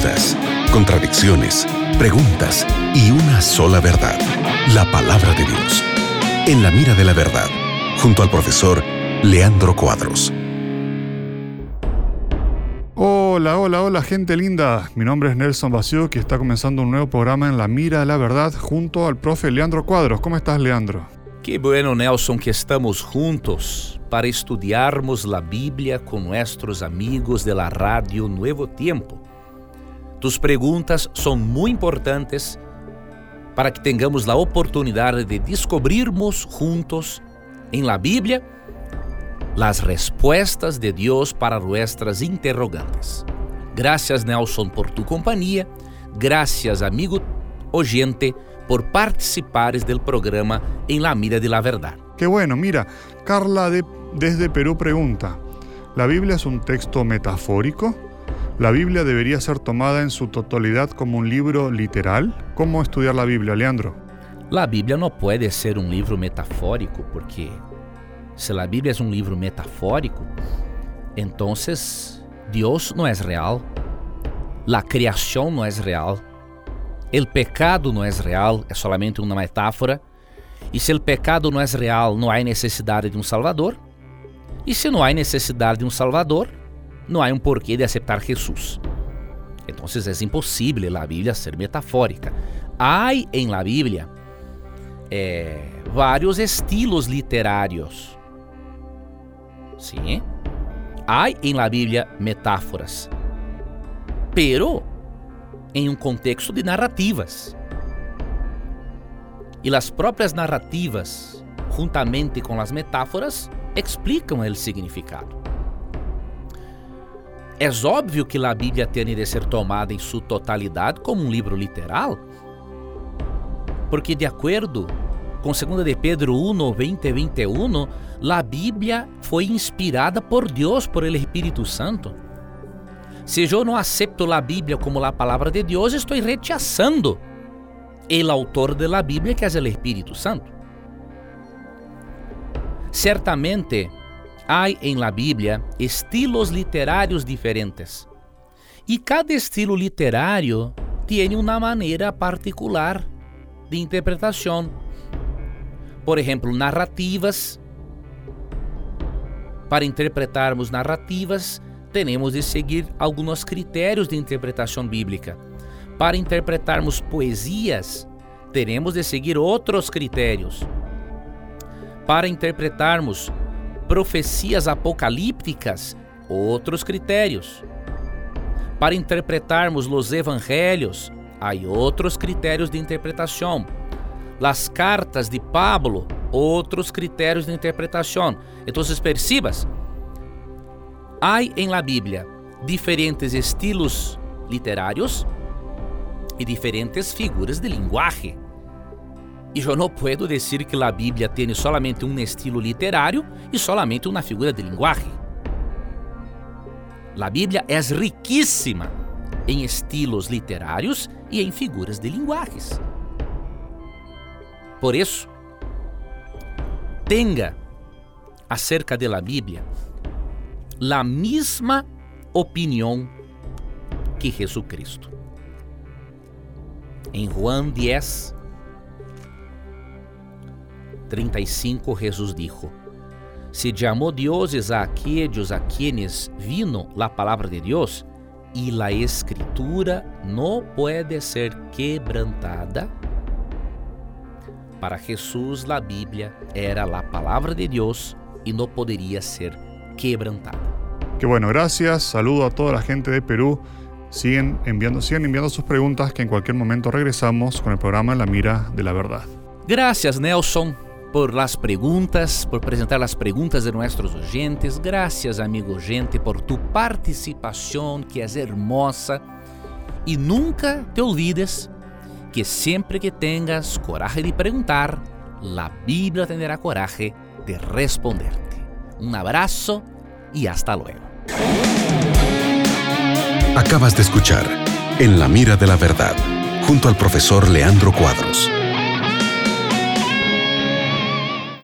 dudas, contradicciones, preguntas y una sola verdad, la palabra de Dios. En la mira de la verdad, junto al profesor Leandro Cuadros. Hola, gente linda. Mi nombre es Nelson Baciu, que está comenzando un nuevo programa en La Mira de la Verdad junto al profe Leandro Cuadros. ¿Cómo estás, Leandro? Que bueno, Nelson, que estamos juntos para estudiarmos la Biblia con nuestros amigos de la radio Nuevo Tiempo. Tus preguntas son muy importantes para que tengamos la oportunidad de descubrirmos juntos en la Biblia las respuestas de Dios para nuestras interrogantes. Gracias, Nelson, por tu compañía. Gracias, amigo oyente, por participar del programa En la Mira de la Verdad. Qué bueno, mira, Carla desde Perú pregunta, ¿la Biblia es un texto metafórico? ¿La Biblia debería ser tomada en su totalidad como un libro literal? ¿Cómo estudiar la Biblia, Leandro? La Biblia no puede ser un libro metafórico, porque si la Biblia es un libro metafórico, entonces Dios no es real, la creación no es real, el pecado no es real, es solamente una metáfora. Y si el pecado no es real, no hay necesidad de un Salvador. Y si no hay necesidad de un Salvador, no hay un porqué de aceptar Jesús. Entonces es imposible la Biblia ser metafórica. Hay en la Biblia varios estilos literarios. ¿Sí? Hay en la Biblia metáforas, pero en un contexto de narrativas. Y las propias narrativas, juntamente con las metáforas, explican el significado. Es obvio que la Biblia tiene de ser tomada en su totalidad como un libro literal, porque de acuerdo con 2 de Pedro 1, 20 y 21, la Biblia fue inspirada por Dios, por el Espíritu Santo. Si yo no acepto la Biblia como la palabra de Dios, estoy rechazando el autor de la Biblia, que es el Espíritu Santo. Ciertamente, hay en la Biblia estilos literarios diferentes. Y cada estilo literario tiene una manera particular de interpretación. Por ejemplo, narrativas. Para interpretarmos narrativas, tenemos de seguir algunos criterios de interpretación bíblica. Para interpretarmos poesias, teremos de seguir outros critérios. Para interpretarmos profecias apocalípticas, outros critérios. Para interpretarmos os evangelhos, há outros critérios de interpretação. Las cartas de Pablo, outros critérios de interpretação. Então, percebas, há em la Bíblia diferentes estilos literários y diferentes figuras de lenguaje. Y yo no puedo decir que la Biblia tiene solamente un estilo literario y solamente una figura de lenguaje. La Biblia es riquísima en estilos literarios y en figuras de lenguajes. Por eso, tenga acerca de la Biblia la misma opinión que Jesucristo. En Juan 10, 35, Jesús dijo: se llamó dioses a aquellos a quienes vino la palabra de Dios, y la escritura no puede ser quebrantada. Para Jesús, la Biblia era la palabra de Dios y no podría ser quebrantada. Qué bueno, gracias. Saludo a toda la gente de Perú. Siguen enviando sus preguntas, que en cualquier momento regresamos con el programa La Mira de la Verdad. Gracias, Nelson, por las preguntas, por presentar las preguntas de nuestros oyentes. Gracias, amigo oyente, por tu participación, que es hermosa. Y nunca te olvides que siempre que tengas coraje de preguntar, la Biblia tendrá coraje de responderte. Un abrazo y hasta luego. Acabas de escuchar En la Mira de la Verdad, junto al profesor Leandro Cuadros.